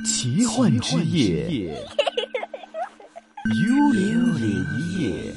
奇幻之夜，幽灵夜。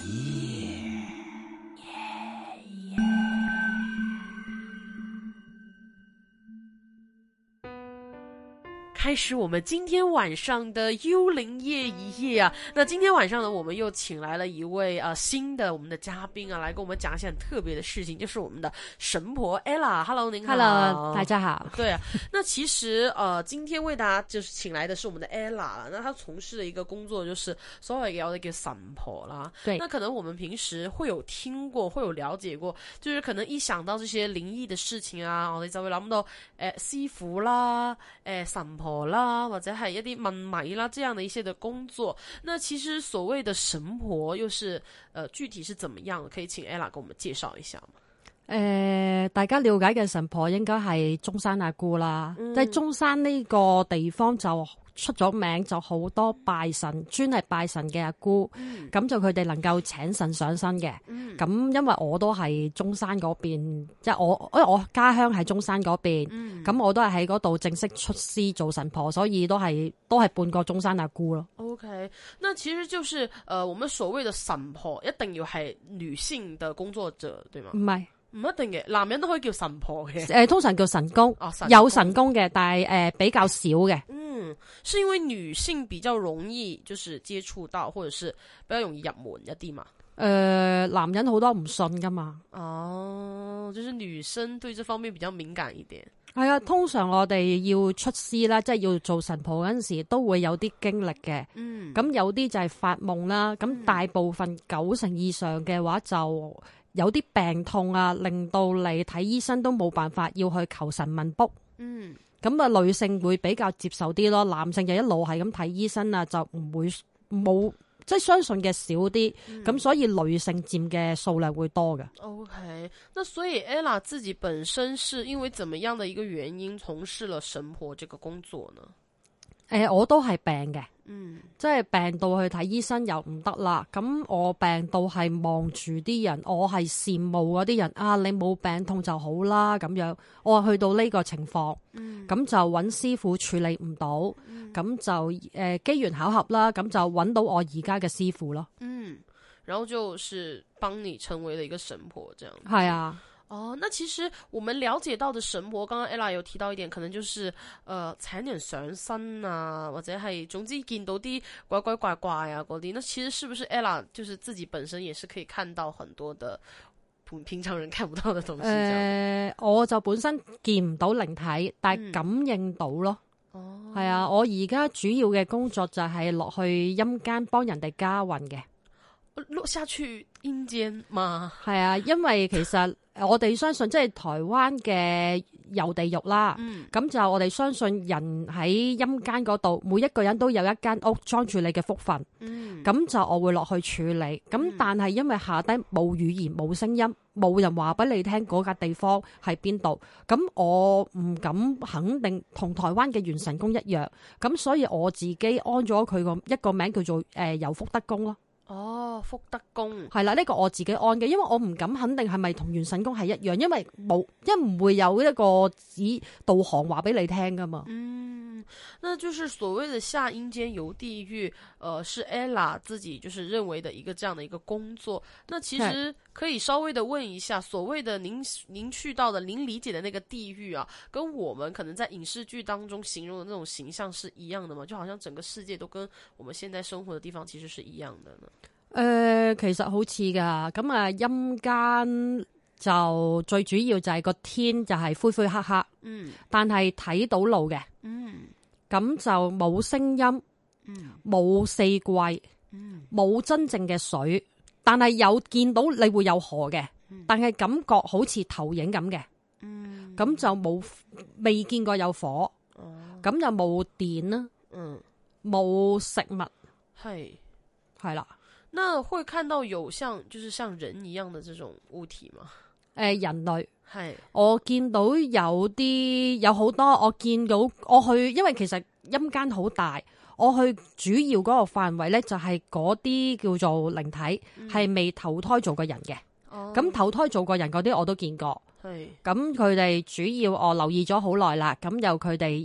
开始我们今天晚上的幽灵夜一夜啊。那今天晚上呢，我们又请来了一位新的我们的嘉宾啊，来跟我们讲一些很特别的事情，就是我们的神婆 Ella。Hello， 您好。 Hello， 大家好。 对啊，那其实今天为大家就是请来的是我们的 Ella 啦。那她从事的一个工作就是所谓的叫神婆啦。 对。 那可能我们平时會有聽過，會有了解過，就是可能一想到這些靈異的事情啊，我哋就會諗到師傅啦，神婆啦，或者係一啲問米啦，這樣的一些的工作。那其實所謂的神婆又是具體是怎麼樣？可以請 Ella 跟我們介紹一下嗎？ 大家了解嘅神婆應該係中山阿姑啦，即係中山呢個地方就出咗名，就好多拜神，專係拜神嘅阿姑，咁就佢哋能夠請神上身嘅。咁因為我都係中山嗰邊，即係因為我家鄉喺中山嗰邊，咁我都係喺嗰度正式出師做神婆，所以都係半個中山阿姑咯。 OK， 那其實就是我們所謂的神婆一定要係女性的工作者，對嗎？ 唔係。 唔一定嘅，男人都可以叫神婆嘅。 通常叫神功， 神功有神功嘅，但係比較少嘅。 是因為女性比較容易就是接觸到，或者是比較容易入門一啲嘛？ 男人好多唔信噶嘛。 就是女生對這方面比較敏感一點。 係啊，通常我哋要出師啦，即係要做神婆嗰陣時，都會有啲經歷嘅。咁有啲就係發夢啦，咁大部分90%以上嘅話就有啲病痛啊，令到你睇醫生都冇辦法，要去求神問卜。咁啊，女性會比較接受啲咯，男性就一路係咁睇醫生啊，就冇即係相信嘅少啲。咁所以女性佔嘅數量會多嘅。 OK， 那所以 Ella 自己本身是因為怎麼樣的一個原因從事了神婆這個工作呢？ 我都係病嘅。即係病到去睇醫生又唔得啦，咁我病到係望住啲人，我係羨慕嗰啲人啊，你冇病痛就好啦咁樣，我去到呢個情況，咁就揾師傅處理唔到，咁就機緣巧合啦，咁就揾到我而家嘅師傅咯。 然後就是幫你成為了一個神婆，這樣。 係啊。 那其實我們了解到的神婆，剛剛 Ella 有提到一點，可能就是請人上身啊，或者係總之見到啲鬼鬼怪怪啊嗰啲。那其實是不是 Ella 就是自己本身也是可以看到很多的平常人看不到的東西？ 我就本身見唔到靈體，但係感應到咯。係啊，我而家主要嘅工作就係落去陰間幫人哋加運嘅。 落下去陰間嘛？ 係啊，因為其實我哋相信即係台灣嘅遊地獄啦，咁就我哋相信人喺陰間嗰度，每一個人都有一間屋裝住你嘅福分，咁就我會落去處理。咁但係因為下低冇語言冇聲音，冇人話俾你聽嗰個地方喺邊度，咁我唔敢肯定同台灣嘅元神宮一樣，咁所以我自己安咗佢一個名叫做遊福德宮咯。 福德宮係啦，呢個我自己安嘅，因為我唔敢肯定係咪同元神宮係一樣，因為唔會有一個指導航話俾你聽噶嘛。 那就是所謂的下陰間遊地獄，是 Ella 自己就是認為的一個這樣的一個工作。那其實可以稍微的問一下，所謂的您去到的您理解的那個地獄啊，跟我們可能在影視劇當中形容的那種形象是一樣的嗎？就好像整個世界都跟我們現在生活的地方其實是一樣的呢？ 其實好似噶，咁啊陰間就最主要就係個天就係灰灰黑黑，但係睇到路嘅，咁就冇聲音，冇四季，冇真正嘅水，但係有見到你會有河嘅，但係感覺好似投影咁嘅，咁就未見過有火，咁又冇電啦，冇食物，係啦。 那會看到有像人一樣的這種物體嗎？ 人類係，我見到有好多，我見到我去，因為其實陰間好大，我去主要嗰個範圍咧就係嗰啲叫做靈體，係未投胎做過人嘅。咁投胎做過人嗰啲我都見過。咁佢哋主要我留意咗好耐啦，咁由佢哋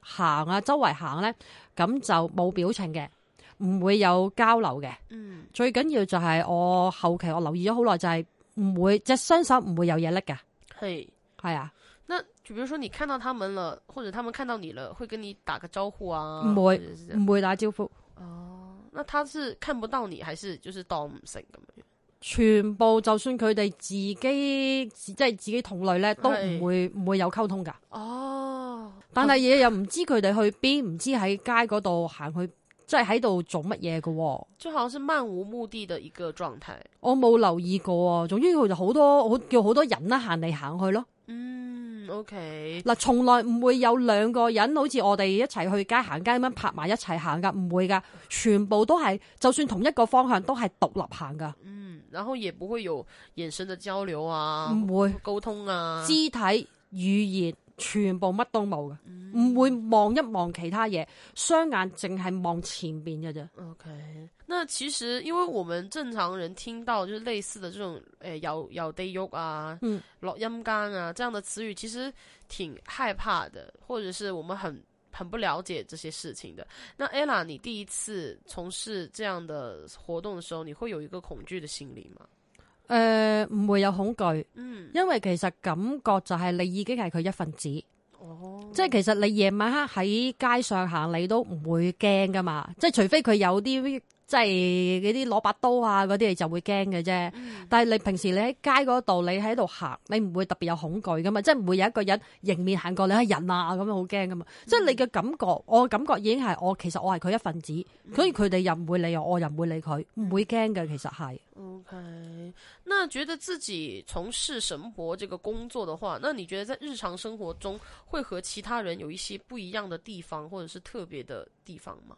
行啊，周圍行咧，咁就冇表情嘅，唔會有交流嘅。最緊要就係我後期我留意咗好耐，就係唔會隻雙手唔會有嘢拎嘅。係啊。 那就比如說你看到他們了，或者他們看到你了，會跟你打個招呼啊？ 唔會打招呼。 哦，那他是看不到你，還是就是當唔成咁樣？ 全部就算佢哋自己即係自己同類咧，都唔會有溝通噶。哦，但係嘢又唔知佢哋去邊，唔知喺街嗰度行去，即係喺度做乜嘢噶？ 就好像是漫無目的的一個狀態。我冇留意過，總之佢就叫好多人啦，行嚟行去咯。 OK。 嗱，從來唔會有兩個人好似我哋一齊去街行街咁樣拍埋一齊行噶，唔會噶，全部都係就算同一個方向都係獨立行噶。 然後也不會有眼神的交流啊， 唔會溝通啊， 肢體語言全部乜都冇嘅，唔會望一望其他嘢，雙眼淨係望前邊嘅啫。 OK， 那其實因為我們正常人聽到就是類似的這種咬地獄啊、落陰間啊這樣的詞語，其實挺害怕的，或者是我們很不了解這些事情的。那 Ella， 你第一次從事這樣的活動的時候，你會有一個恐懼的心理嗎？ 唔會有恐懼，因為其實感覺就係你已經係佢一份子，即係其實你夜晚黑喺街上行，你都唔會驚噶嘛，即係除非佢有啲即係嗰啲攞把刀啊嗰啲，你就會驚嘅啫。但係你平時你喺街嗰度，你喺度行，你唔會特別有恐懼噶嘛，即係唔會有一個人迎面行過你係人啊咁樣好驚噶嘛。即係你嘅感覺，我嘅感覺已經係其實我係佢一份子，所以佢哋又唔會理我又唔會理佢，唔會驚嘅。其實係。 OK， 那覺得自己從事神婆這個工作的話，那你覺得在日常生活中會和其他人有一些不一樣的地方，或者是特別的地方嗎？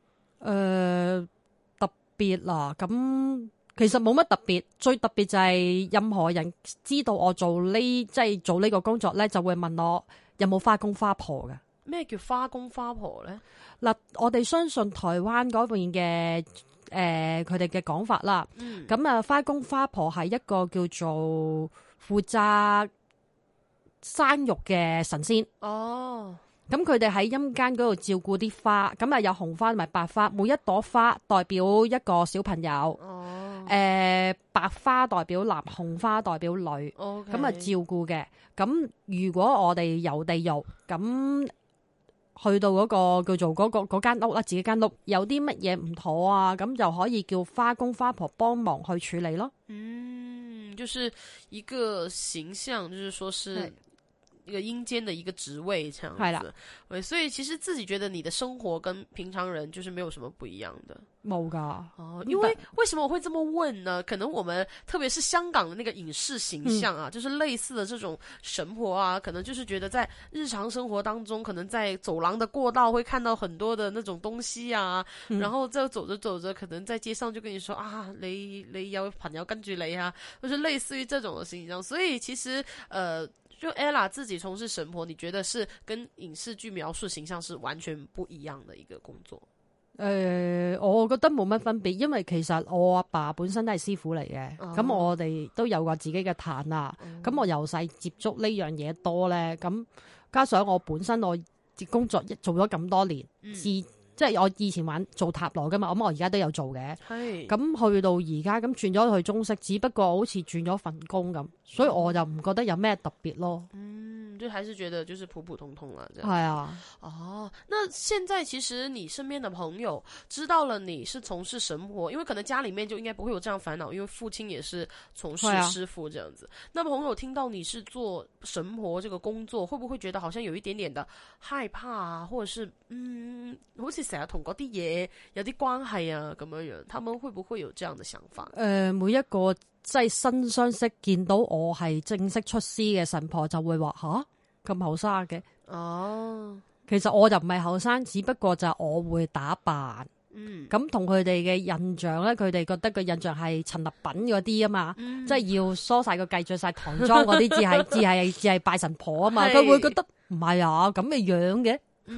特別啦，咁其實冇乜特別，最特別就係任何人知道我做即係做呢個工作咧，就會問我有冇花公花婆嘅。 咩叫花公花婆咧？ 嗱，我哋相信台灣嗰邊嘅佢哋嘅講法啦。咁花公花婆係一個叫做負責生育嘅神仙。哦。咁佢哋喺陰間嗰度照顧啲花，咁有紅花同埋白花，每一朵花代表一個小朋友。白花代表男，紅花代表女。咁照顧嘅。咁如果我哋遊地獄，咁去到嗰個叫做嗰間屋啦，自己間屋有啲乜嘢唔妥啊，咁就可以叫花公花婆幫忙去處理咯。 就是一個形象，就是說是一個陰間的一個職位，這樣子。係啦，所以其實自己覺得你的生活跟平常人就是沒有什麼不一樣的。 冇噶。 因為什麼我會這麼問呢？可能我們特別是香港的那個影視形象啊，就是類似的這種神婆啊，可能就是覺得在日常生活當中，可能在走廊的過道會看到很多的那種東西啊，然後就走着走着，可能在街上就跟你說啊，你有朋友跟住你啊，就是類似於這種的形象。所以其實就 Ella 自己從事神婆，你覺得是跟影視劇描述形象是完全不一樣的一個工作？ 我覺得冇乜分別，因為其實我阿爸本身都係師傅嚟嘅，咁我哋都有過自己嘅壇啊，咁我由細接觸呢樣嘢多咧，咁加上我本身我工作做咗咁多年，即係我以前做塔羅噶嘛，咁我而家都有做嘅。咁去到而家咁轉咗去中式，只不過好似轉咗份工咁，所以我就唔覺得有咩特別咯。 就還是覺得就是普普通通啦。係啊。 那現在其實你身邊的朋友知道了你是從事神婆，因為可能家裡面就應該不會有這樣煩惱，因為父親也是從事師傅這樣子。那朋友聽到你是做神婆這個工作，會不會覺得好像有一點點的害怕啊，或者是好似成日同嗰啲嘢有啲關係啊咁樣樣，他們會不會有這樣的想法？ 每一個即係新相識見到我係正式出師嘅神婆，就會話吓咁後生嘅。其實我就唔係後生，只不過就係我會打扮。咁同佢哋嘅印象咧，佢哋覺得個印象係陳立品嗰啲啊嘛，即係要梳晒個髻，着晒唐裝嗰啲，至係拜神婆啊嘛。佢會覺得唔係啊咁嘅樣嘅。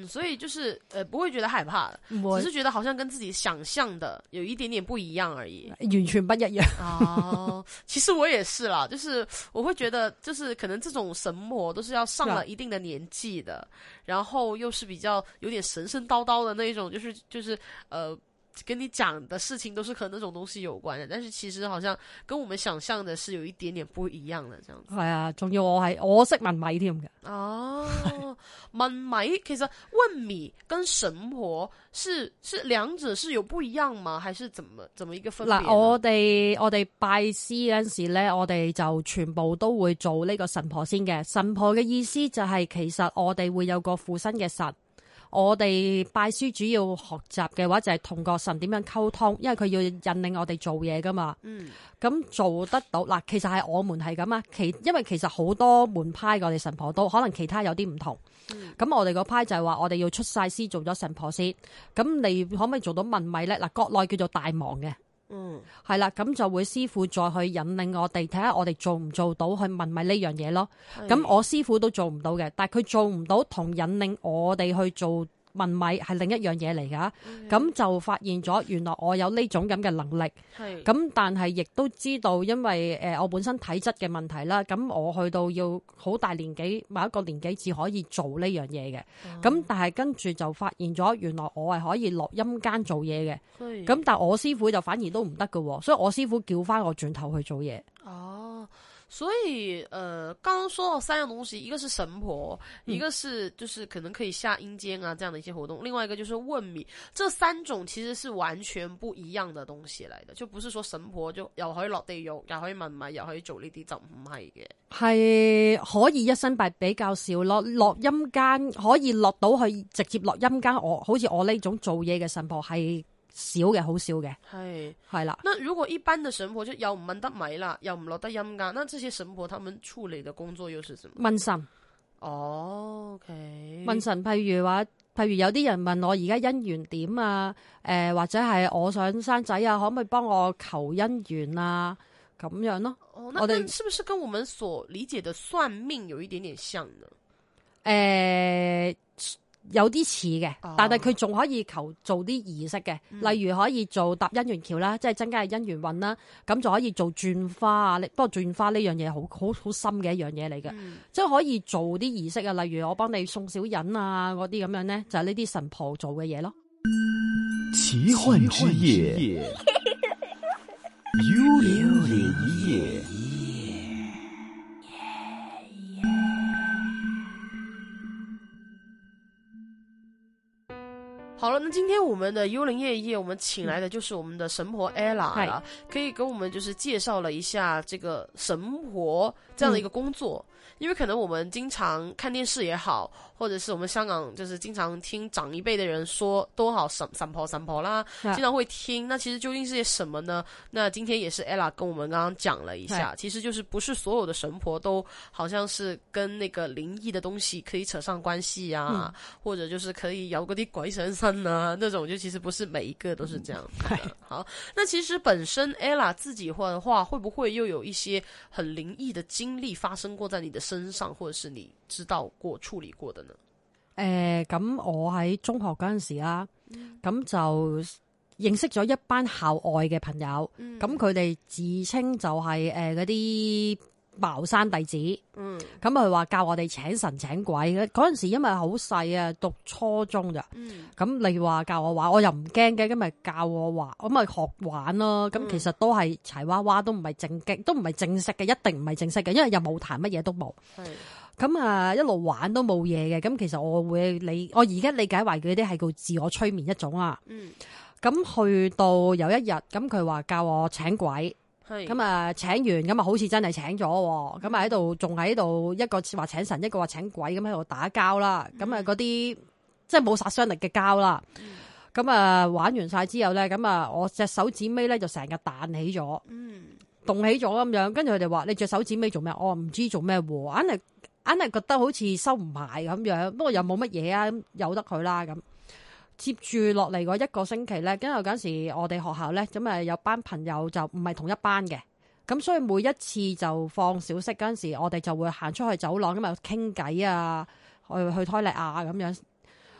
所以就是不會覺得害怕，只是覺得好像跟自己想象的有一點點不一樣而已， 完全不一樣。 哦，其實我也是啦，就是我會覺得，就是可能這種神婆都是要上了一定的年紀的，然後又是比較有點神神叨叨的那一種，就是跟你講的事情都是和那種東西有關的，但是其實好像跟我們想象的是有一點點不一樣的，這樣子。 係啊，仲要我識問米添嘅。 哦，問米，其實問米跟神婆是兩者是有不一樣嗎？還是怎麼一個分別？嗱， 我哋拜師嗰陣時咧，我哋就全部都會做呢個神婆先嘅。神婆嘅意思就係其實我哋會有個附身嘅神。我哋拜師主要學習嘅話就係同個神點樣溝通，因為佢要引領我哋做嘢噶嘛。咁做得到嗱，其實係我們係咁啊。因為其實好多門派我哋神婆都可能其他有啲唔同。咁我哋個派就係話我哋要出晒師做咗神婆先。咁你可唔可以做到問米咧？嗱，國內叫做大忙嘅。係啦，咁就會師傅再去引領我哋，睇下我哋做唔做到去問米呢樣嘢咯。咁我師傅都做唔到嘅，但係佢做唔到同引領我哋去做問米係另一樣嘢嚟㗎。咁就發現咗原來我有呢種咁嘅能力。咁但係亦都知道，因為我本身體質嘅問題啦，咁我去到要好大年紀，某一個年紀至可以做呢樣嘢嘅。咁但係跟住就發現咗，原來我係可以落陰間做嘢嘅。咁但係我師傅就反而都唔得㗎，所以我師傅叫翻我轉頭去做嘢。 哦。所以剛剛說到三樣東西，一個是神婆，一個是就是可能可以下陰間啊這樣的一些活動，另外一個就是問米，這三種其實是完全不一樣的東西來的，就不是說神婆就又可以落地獄，又可以問米，又可以做呢啲，就唔係嘅。係可以一身敗比較少咯，落陰間可以落到去直接落陰間，好似我呢種做嘢嘅神婆係少嘅，好少嘅，係啦。 那如果一般的神婆就又唔問得米啦，又唔落得陰間，那這些神婆他們處理的工作又是什麼？ 問神。 OK。問神，譬如有啲人問我而家姻緣點啊，或者係我想生仔啊，可唔可以幫我求姻緣啊？咁樣咯。 哦，那是不是跟我們所理解的算命有一點點像呢？ 有啲似嘅，但係佢仲可以做啲儀式嘅，例如可以做搭姻緣橋啦，即係增加姻緣運啦，咁就可以做轉花啊。不過轉花呢樣嘢好深嘅一樣嘢嚟嘅，即係可以做啲儀式啊，例如我幫你送小人啊嗰啲咁樣咧，就係呢啲神婆做嘅嘢咯。 奇幻之夜，幽靈夜。 好了，那今天我們的幽靈夜夜，我們請來的就是我們的神婆 Ella 啦，可以跟我們就是介紹了一下這個神婆這樣的一個工作。因為可能我們經常看電視也好，或者是我們香港就是經常聽長一輩的人說都好神婆啦，經常會聽。那其實究竟是些什麼呢？那今天也是 Ella 跟我們剛剛講了一下，其實就是不是所有的神婆都好像是跟那個靈異的東西可以扯上關係啊，或者就是可以搖嗰啲鬼神神啊，那種就其實不是每一個都是這樣子的。好，那其實本身 Ella 自己的話，會不會又有一些很靈異的經歷發生過在你的身上，或者是你知道過處理過的呢？ 咁我喺中學嗰陣時啦，咁就認識咗一班校外嘅朋友，咁佢哋自稱就係嗰啲茅山弟子，咁佢話教我哋請神請鬼。嗰陣時因為好細啊，讀初中咋，咁你話教我玩，我又唔驚嘅，咁咪教我玩，咁咪學玩咯。咁其實都係柴娃娃，都唔係正經，都唔係正式嘅，一定唔係正式嘅，因為又冇彈乜嘢都冇。咁啊，一路玩都冇嘢嘅。咁其實我而家理解為佢啲係叫自我催眠一種啊。咁去到有一日，咁佢話教我請鬼。咁啊，請完咁啊，好似真係請咗，咁啊喺度仲喺度，一個話請神，一個話請鬼，咁喺度打交啦。咁啊嗰啲即係冇殺傷力嘅交啦。咁啊玩完晒之後咧，咁啊我隻手指尾咧就成日彈起咗，動起咗咁樣。跟住佢哋話：你隻手指尾做咩？我唔知做咩喎，硬係覺得好似收唔埋咁樣。不過又冇乜嘢啊，由得佢啦咁。接住落嚟嗰一個星期咧，因為嗰陣時我哋學校咧，咁啊有班朋友就唔係同一班嘅，咁所以每一次就放小息嗰陣時，我哋就會行出去走廊咁啊傾偈啊，去 toilet 啊咁樣。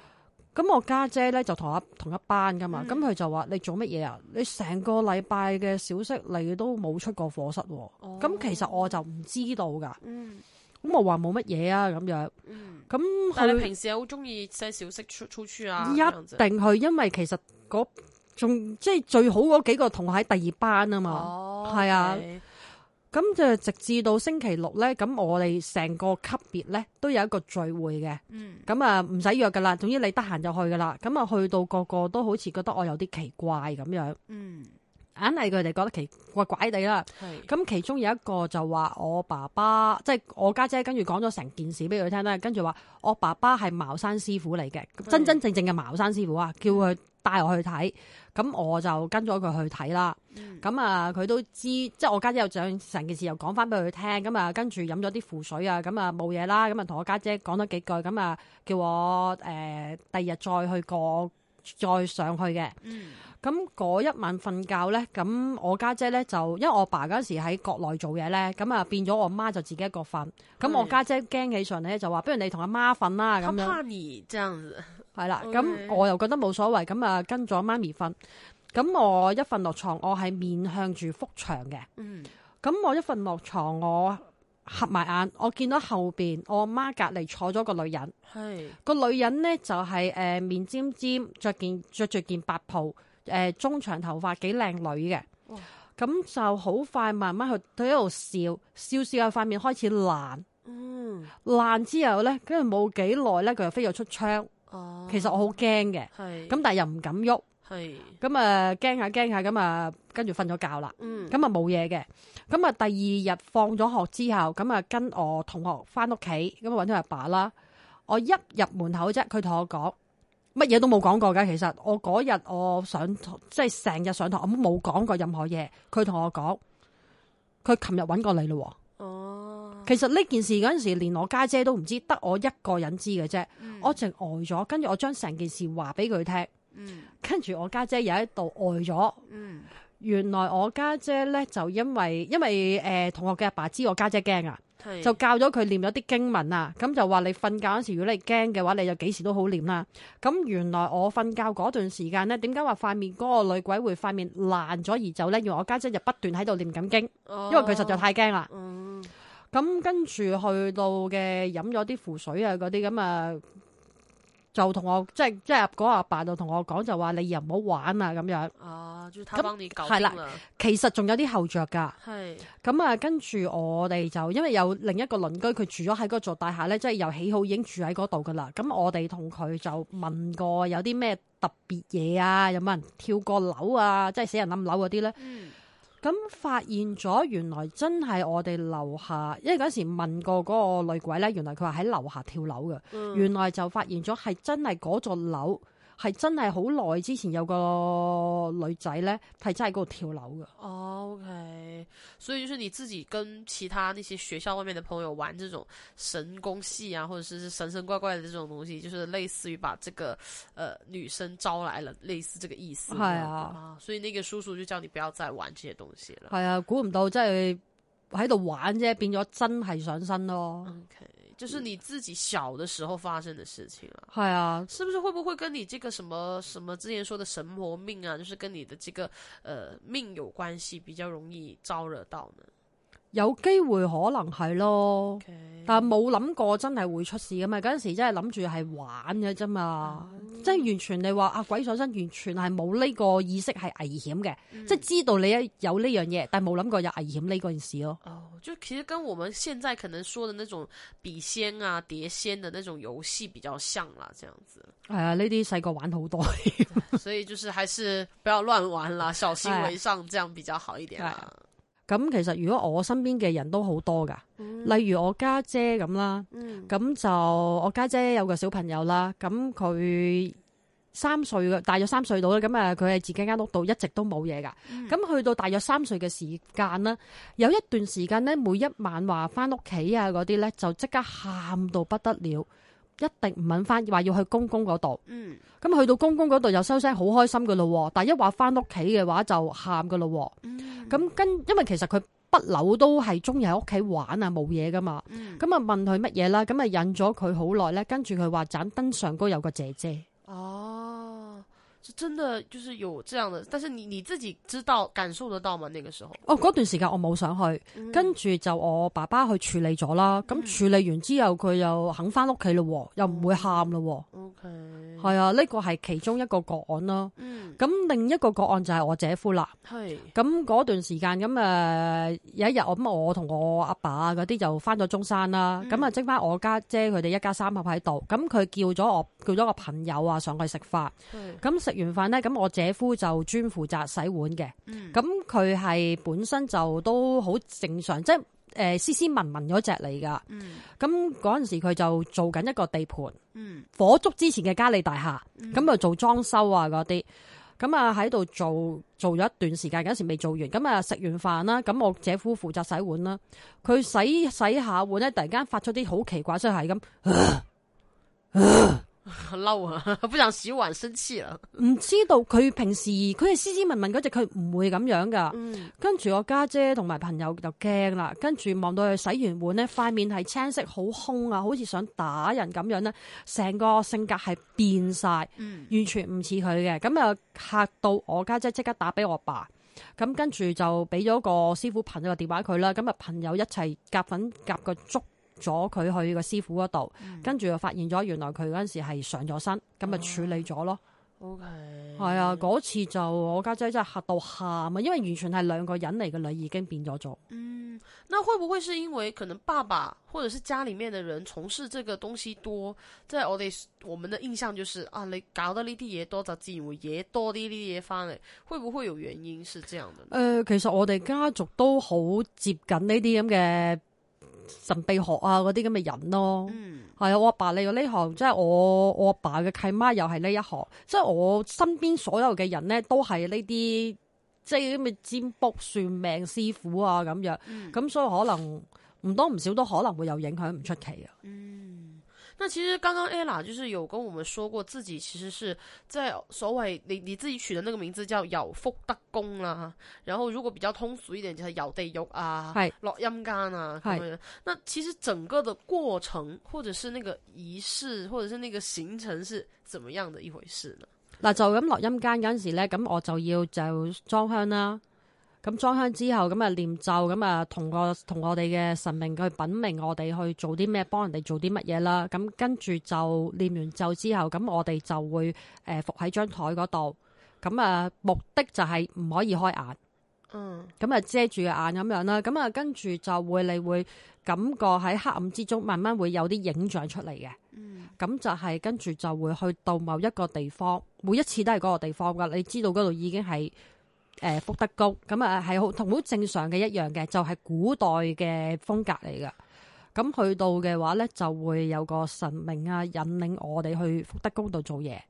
咁我家姐咧就同一班噶嘛，咁佢就話你做乜嘢啊？你成個禮拜嘅小息你都冇出過課室喎。咁其實我就唔知道噶。咁我話冇乜嘢啊咁樣。咁但係你平時係好中意寫小息出去啊？ 一定去，因為其實仲即係最好嗰幾個同學喺第二班啊嘛。係啊。咁就直至到星期六咧，咁我哋成個級別咧都有一個聚會嘅。咁啊唔使約噶啦，總之你得閒就去噶啦。咁啊去到個個都好似覺得我有啲奇怪咁樣。硬係佢哋覺得奇怪怪地啦。咁其中有一個就話我爸爸，即係我家姐，跟住講咗成件事俾佢聽啦。跟住話我爸爸係茅山師傅嚟嘅，真真正正嘅茅山師傅啊，叫佢帶我去睇。咁我就跟咗佢去睇啦。咁啊佢都知，即係我家姐又將成件事又講翻俾佢聽。咁啊跟住飲咗啲符水啊，咁啊冇嘢啦。咁啊同我家姐講咗幾句，咁啊叫我第二日再去過再上去嘅。咁嗰一晚瞓覺咧，咁我家姐咧就因為我爸嗰時喺國內做嘢咧，咁啊變咗我媽就自己一個瞓。咁我家姐驚起上嚟咧，就話不如你同阿媽瞓啦咁樣。 怕你這樣子係啦，咁我又覺得冇所謂，咁啊跟咗媽咪瞓。咁我一瞓落床，我係面向住幅牆嘅。咁我一瞓落床，我合埋眼，我見到後邊我媽隔離坐咗個女人。個女人咧就係面尖尖，着住件白袍。中長頭髮幾靚女嘅。咁就好快慢慢去喺度笑下塊面開始爛。爛之後咧，跟住冇幾耐咧，佢又飛咗出窗。其實我好驚嘅。咁但係又唔敢喐。咁啊驚下咁啊，跟住瞓咗覺啦。咁啊冇嘢嘅。咁啊第二日放咗學之後，咁啊跟我同學翻屋企，咁啊搵咗阿爸啦。我一入門口啫，佢同我講。乜嘢都冇講過㗎，其實我嗰日我上即係成日上堂，我冇講過任何嘢。佢同我講，佢琴日揾過你咯。其實呢件事嗰陣時，連我家姐都唔知，得我一個人知嘅啫。我淨呆咗，跟住我將成件事話俾佢聽。跟住我家姐又喺度呆咗。原來我家姐咧就因為同學嘅阿爸知我家姐驚啊。就教咗佢念咗啲經文啊，咁就話你瞓覺嗰時，如果你驚嘅話，你就幾時都好念啦。咁原來我瞓覺嗰段時間咧，點解話塊面嗰個女鬼會塊面爛咗而走咧？原來我家姐就不斷喺度念緊經，因為佢實在太驚啦。咁跟住去到嘅飲咗啲符水啊嗰啲咁啊。就同我即係嗰阿爸就同我講，就話你又唔好玩啊咁樣。 就是他幫你搞定啦。 其實仲有啲後着噶。咁啊，跟住我哋就因為有另一個鄰居，佢住咗喺嗰座大廈咧，即係由起好已經住喺嗰度噶啦。咁我哋同佢就問過有啲咩特別嘢啊，有冇人跳過樓啊，即係死人冧樓嗰啲咧。咁發現咗原來真係我哋樓下，因為嗰時問過嗰個女鬼咧，原來佢話喺樓下跳樓嘅。原來就發現咗係真係嗰座樓係真係好耐之前有個女仔咧係真係嗰度跳樓嘅。 OK， 所以就是你自己跟其他那些學校外面的朋友玩這種神功戲啊，或者是神神怪怪的這種東西，就是類似於把這個女生招來了，類似這個意思。係啊，所以那個叔叔就叫你不要再玩這些東西了。係啊，估唔到真係喺度玩啫，變咗真係上身咯。 OK。就是你自己小的時候發生的事情啊。 係啊， 是不是會不會跟你這個什麼之前說的神魔命啊，就是跟你的這個命有關係，比較容易招惹到呢？ 有機會可能係咯。但係冇諗過真係會出事噶嘛，嗰陣時真係諗住係玩嘅啫嘛。即係完全你話鬼上身，完全係冇呢個意識係危險嘅。即係知道你有呢樣嘢，但係冇諗過有危險呢個件事咯。 就其實跟我們現在可能說的那種筆仙啊、碟仙的那種遊戲比較像啦，這樣子。 係啊，呢啲細個玩好多。 所以就是還是不要亂玩啦，小心為上，這樣比較好一點啦。 咁其實如果我身邊嘅人都好多噶，例如我家姐咁啦，咁就我家姐有個小朋友啦，咁佢3歲嘅，大約3歲到啦，咁啊佢喺自己間屋度一直都冇嘢噶，咁去到大約3歲嘅時間啦，有一段時間咧，每一晚話翻屋企啊嗰啲咧，就即刻喊到不得了。一定唔肯翻，話要去公公嗰度。咁去到公公嗰度又收聲，好開心噶咯。但係一話翻屋企嘅話就喊噶咯。咁因為其實佢不嬲都係中意喺屋企玩啊，冇嘢噶嘛。咁啊問佢乜嘢啦，咁啊引咗佢好耐咧。跟住佢話盞燈上高有個姐姐。 是真的就是有這樣的，但是你自己知道感受得到嗎？那個時候嗰段時間我冇上去，跟住就我爸爸去處理咗啦。咁處理完之後，佢又肯翻屋企咯，又唔會喊咯。 OK， 係啊，呢個係其中一個個案啦。咁另一個個案就係我姐夫啦。係咁嗰段時間咁有一日我同我阿爸嗰啲就翻咗中山啦。咁剩翻我家姐佢哋一家三口喺度。咁佢叫咗個朋友啊上去食飯。咁食完飯咧，咁我姐夫就專負責洗碗嘅。咁佢係本身就都好正常，即係斯斯文文嗰隻嚟噶。咁嗰陣時佢就做緊一個地盤，火燭之前嘅嘉利大廈，咁就做裝修啊嗰啲。咁啊喺度做咗一段時間，嗰時未做完。咁啊食完飯啦，咁我姐夫負責洗碗啦。佢洗下碗咧，突然間發出啲好奇怪聲，係咁。 好嬲啊！不想洗碗，生氣啦。唔知道佢平時佢係斯斯文文嗰隻，佢唔會咁樣噶。跟住我家姐同埋朋友就驚啦，跟住望到佢洗完碗咧，塊面係青色，好兇啊，好似想打人咁樣咧，成個性格係變晒，完全唔似佢嘅。咁啊嚇到我家姐即刻打俾我爸，咁跟住就俾咗個師傅朋友個電話佢啦。咁啊朋友一齊夾粉夾個粥咗佢去個師傅嗰度，跟住就發現咗原來佢嗰陣時係上咗身，咁咪處理咗咯。OK， 係啊，嗰次就我家姐真係嚇到喊啊，因為完全係兩個人嚟嘅啦，已經變咗做。 那會不會是因為可能爸爸或者是家裡面的人從事這個東西多，即係我們的印象就是啊，你搞得呢啲嘢多就自然會惹多啲呢啲嘢翻嚟，會不會有原因是這樣的？ 其實我哋家族都好接近呢啲咁嘅神秘學啊嗰啲咁嘅人咯。係啊，我阿爸嚟到呢行，即係我阿爸嘅契媽又係呢一行，即係我身邊所有嘅人咧都係呢啲即係咁嘅占卜算命師傅啊咁樣，咁所以可能唔多唔少都可能會有影響，唔出奇啊。 那其實剛剛 Ella 就是有跟我們說過，自己其實是在所謂你自己取的那個名字叫有福德宮啦，然後如果比較通俗一點就係有地獄啊，落陰間啊咁樣。那其實整個的過程，或者是那個儀式，或者是那個行程是怎麼樣的一回事呢？ 嗱，就咁落陰間嗰陣時咧，咁我就要裝香啦。咁裝香之後，咁啊念咒，咁啊同我哋嘅神明去稟明我哋去做啲咩，幫人哋做啲乜嘢啦。咁跟住就念完咒之後，咁我哋就會伏喺張台嗰度。咁啊目的就係唔可以開眼。咁啊遮住個眼咁樣啦。咁啊跟住就你會感覺喺黑暗之中慢慢會有啲影像出嚟嘅。咁就係跟住就會去到某一個地方，每一次都係嗰個地方噶。你知道嗰度已經係福德宮，咁啊係同好正常嘅一樣嘅，就係古代嘅風格嚟噶。咁去到嘅話咧，就會有個神明啊引領我哋去福德宮度做嘢。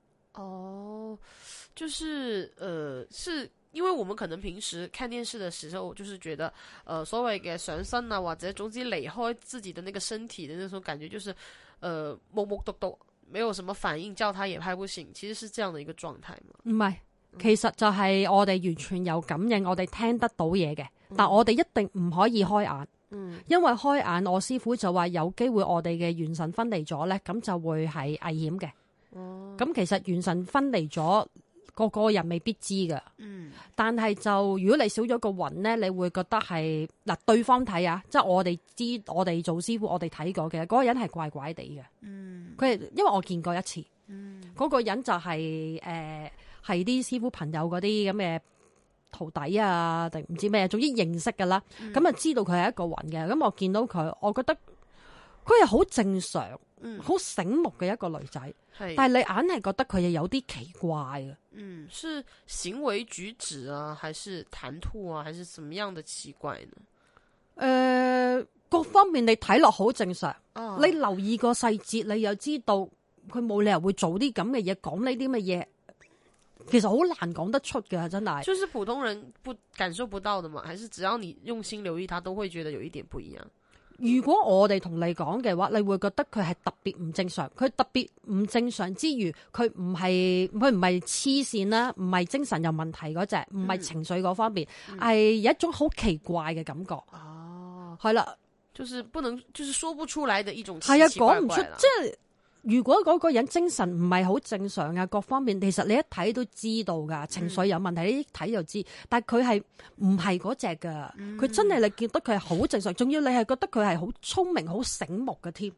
就是是因為我們可能平時看電視的時候，就是覺得所謂嘅上身啊，或者總之離開自己的那個身體的那種感覺，就是木木獨獨，沒有什麼反應，叫他也拍不醒，其實是這樣的一個狀態嘛？唔係。 其實就係我哋完全有感應，我哋聽得到嘢嘅，但我哋一定唔可以開眼，因為開眼我師傅就話有機會我哋嘅元神分離咗咧，咁就會係危險嘅。咁其實元神分離咗，個人未必知噶。但係就如果你少咗個魂咧，你會覺得係嗱，對方睇啊，即係我哋知，我哋做師傅，我哋睇過嘅嗰個人係怪怪地嘅。佢係因為我見過一次，嗰個人就係係啲師傅朋友嗰啲咁嘅徒弟啊，定唔知咩，總之認識噶啦。咁啊知道佢係一個魂嘅。咁我見到佢，我覺得佢係好正常、好醒目嘅一個女仔。但係你硬係覺得佢又有啲奇怪嘅。 是行為舉止啊，還是談吐啊，還是什麼樣的奇怪呢？ 各方面你睇落好正常。你留意個細節，你又知道佢冇理由會做啲咁嘅嘢，講呢啲乜嘢。其實好難講得出嘅，真係。就是普通人不感受不到的嘛，還是只要你用心留意，他都會覺得有一點不一樣。 如果我哋同你講嘅話，你會覺得佢係特別唔正常。佢特別唔正常之餘，佢唔係黐線啦，唔係精神有問題嗰隻，唔係情緒嗰方面，係有一種好奇怪嘅感覺。係啦， 就是不能，就是說不出來的一種奇奇怪怪。 係啊，講唔出，即係如果嗰個人精神唔係好正常啊，各方面其實你一睇都知道噶，情緒有問題，你一睇就知。但係佢係唔係嗰隻噶，佢真係你見得佢係好正常，仲要你係覺得佢係好聰明、好醒目嘅添。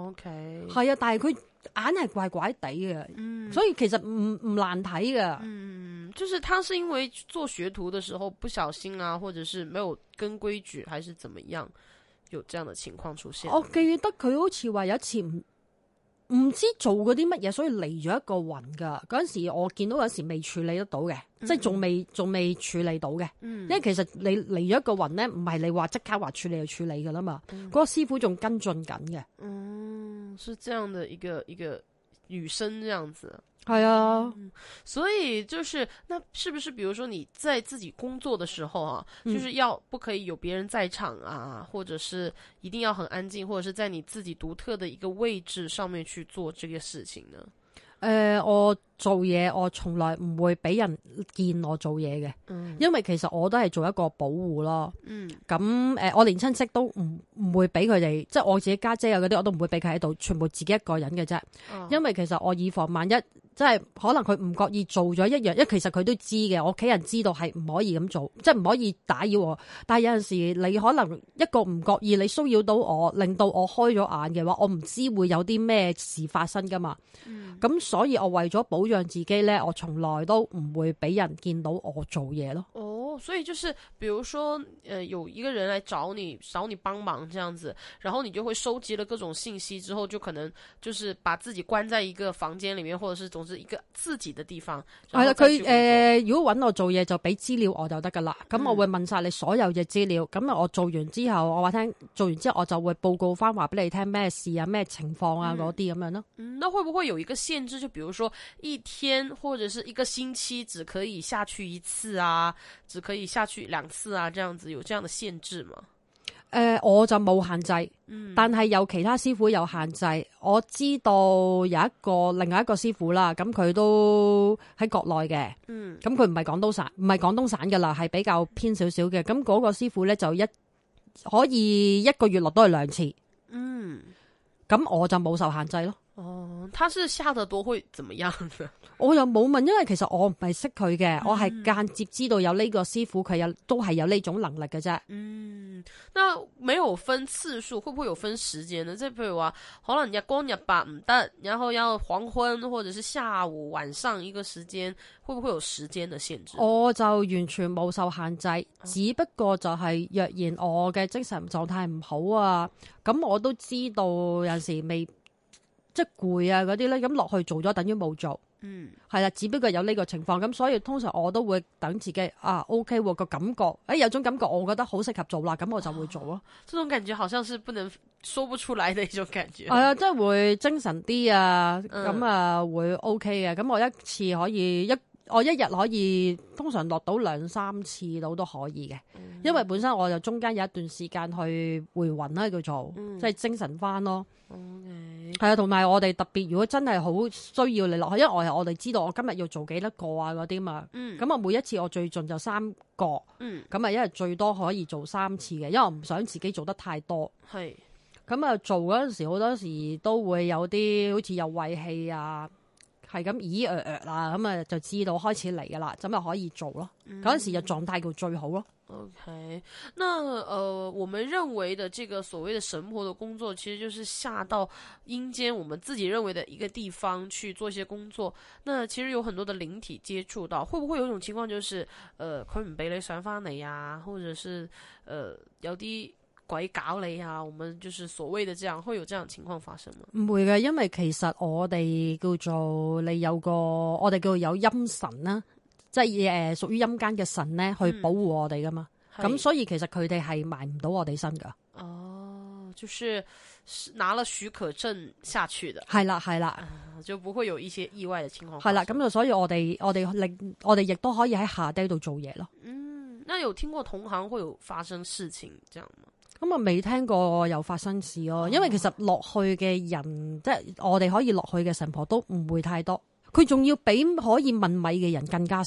OK， 係啊，但係佢硬係怪怪地嘅，所以其實唔難睇噶。 就是他是因為做學徒的時候不小心啊，或者是沒有跟規矩，還是怎麼樣，有這樣的情況出現。 我記得佢好似話有一次唔知做過啲乜嘢，所以離咗一個魂噶。嗰陣時我見到有時未處理得到嘅，即係仲未處理到嘅。因為其實你離咗一個魂咧，唔係你話即刻話處理就處理噶啦嘛。嗰個師傅仲跟進緊嘅。 是這樣的一個女生這樣子。 係啊， 所以就是那是不是比如說你在自己工作的時候啊，就是不可以有別人在場啊，或者是一定要很安靜，或者是在你自己獨特的一個位置上面去做這個事情呢？ 我做嘢我從來唔會俾人見我做嘢嘅，因為其實我都係做一個保護咯。咁我連親戚都唔會俾佢哋，即係我自己家姐啊嗰啲，我都唔會俾佢喺度，全部自己一個人嘅啫。因為其實我以防萬一。即係可能佢唔覺意做咗一樣，因為其實佢都知嘅，我屋企人知道係唔可以咁做，即係唔可以打擾我。但係有陣時你可能一個唔覺意，你騷擾到我，令到我開咗眼嘅話，我唔知會有啲咩事發生噶嘛。咁所以我為咗保障自己咧，我從來都唔會俾人見到我做嘢咯。 所以就是比如說有一個人來找你幫忙這樣子，然後你就會收集了各種信息之後，就可能就是把自己關在一個房間裏面，或者是總之一個自己的地方。係啦， 佢如果揾我做嘢就俾資料我就得噶啦，咁我會問晒你所有嘅資料，咁我做完之後我話聽，做完之後我就會報告翻話俾你聽咩事啊咩情況啊嗰啲咁樣咯。 那會不會有一個限制，就比如說一天或者是一個星期只可以下去一次啊，只可以下去2次啊，這樣子有這樣的限制嗎？ 我就冇限制，但係有其他師傅有限制。我知道有另外一個師傅啦，咁佢都喺國內嘅，咁佢唔係廣東省噶啦，係比較偏少少嘅。咁嗰個師傅咧就可以一個月落都係2次，咁我就冇受限制咯。 他是下得多會怎麼樣呢？ 我又冇問，因為其實我唔係識佢嘅，我係間接知道有呢個師傅，佢都係有呢種能力嘅啫。 那沒有分次數，會不會有分時間呢？即係譬如話，可能日光日白唔得，然後要黃昏或者是下午晚上一個時間，會不會有時間的限制？ 我就完全冇受限制，只不過就係若然我嘅精神狀態唔好啊，咁我都知道有陣時未。即係攰啊嗰啲咧，咁落去做咗等於冇做，係啦，只不過有呢個情況，咁所以通常我都會等自己OK 個感覺，有種感覺我覺得好適合做啦，咁我就會做咯。 這種感覺好像是不能說不出來的一種感覺。係啊，即係會精神啲啊，咁會 OK 嘅，咁我一次可以我一日可以通常落到2-3次都可以嘅，因為本身我就中間有一段時間去回魂啦叫做，即係精神翻咯。係啊，同埋我哋特別如果真係好需要你落去，因為我哋知道我今日要做幾多個啊嗰啲嘛，咁我每一次我最盡就3個，咁一日最多可以做3次嘅，因為我唔想自己做得太多。係，咁做嗰陣時好多時都會有啲好似有胃氣啊。係咁啦，咁就知道開始嚟噶啦，咁就可以做咯。嗰陣時就狀態叫最好咯。 OK，那我們認為的這個所謂的神婆的工作，其實就是下到陰間，我們自己認為的一個地方去做一些工作。那其實有很多的靈體接觸到，會不會有一種情況，就是佢唔俾你上返嚟啊，或者是有啲鬼搞你啊，我們就是所謂的這樣，會有這樣的情況發生嗎？唔會嘅，因為其實我哋叫做你有個，我哋叫做有陰神啦，即係屬於陰間嘅神咧，去保護我哋噶嘛。咁所以其實佢哋係埋唔到我哋身噶。就是拿了許可證下去的。係啦，就不會有一些意外的情況。係啦，咁就所以我哋亦都可以喺下低度做嘢咯。那有聽過同行會有發生事情這樣嗎？咁我未聽過有發生事咯，因為其實落去嘅人，即係我哋可以落去嘅神婆都唔會太多，佢仲要比可以問米嘅人更加少。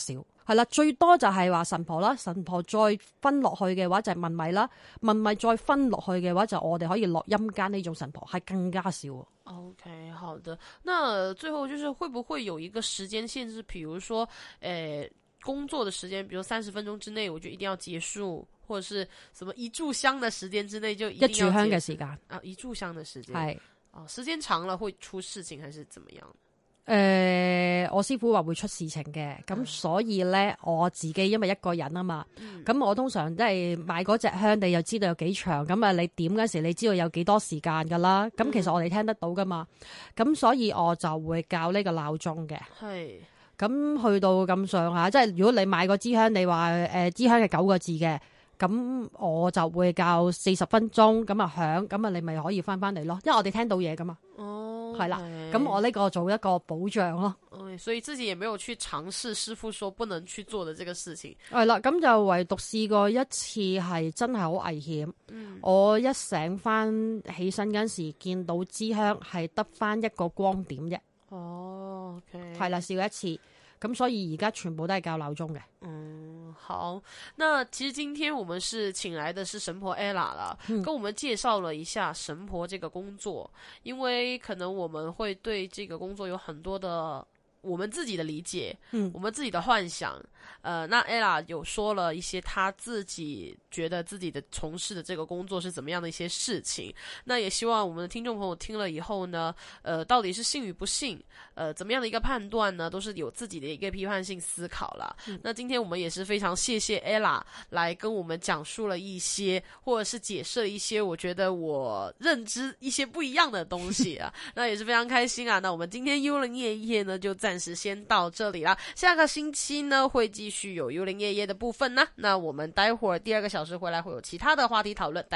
係啦，最多就係話神婆啦，神婆再分落去嘅話就係問米啦，問米再分落去嘅話就我哋可以落陰間呢種神婆，係更加少。 OK， 好的。那最後就是會不會有一個時間限制？比如說，工作的時間，比如30分鐘之內，我就一定要結束，或者是什麼一炷香的時間之內就一定要一炷香嘅時間啊，一炷香的時間係時間長了會出事情還是怎麼樣？ 我師傅話會出事情嘅，咁所以咧我自己因為一個人啊嘛，咁我通常都係買嗰隻香，你又知道有幾長，咁啊你點嗰時你知道有幾多時間噶啦，咁其實我哋聽得到噶嘛，咁所以我就會校呢個鬧鐘嘅。係。咁去到咁上下，即係如果你買個支香，你話支香係9個字嘅，咁我就會校40分鐘，咁啊響，咁啊你咪可以翻嚟咯，因為我哋聽到嘢噶嘛。哦，係啦，咁我呢個做一個保障咯。 所以自己也沒有去嘗試師傅說不能去做的這個事情。 係啦，咁就唯獨試過一次係真係好危險。我一醒翻起身嗰時，見到支香係得翻一個光點啫。 哦，OK， 係啦，試過一次，咁所以而家全部都係校鬧鐘嘅。 好，那其實今天我們是請來的是神婆 Ella 啦，跟我們介紹了一下神婆這個工作，因為可能我們會對這個工作有很多的我們自己的理解，我們自己的幻想。那 Ella 有說了一些她自己覺得自己的從事的這個工作是怎麼樣的一些事情。那也希望我們的聽眾朋友聽了以後呢，到底是信與不信，怎麼樣的一個判斷呢，都是有自己的一個批判性思考啦。那今天我們也是非常謝謝 Ella 來跟我們講述了一些，或者是解釋了一些我覺得我認知一些不一樣的東西啊。那也是非常開心啊。那我們今天幽靈夜夜呢就暫時先到這裡啦，下個星期呢會繼續有幽靈夜夜的部分呢。那我們待會兒第2個小時回來會有其他的話題討論。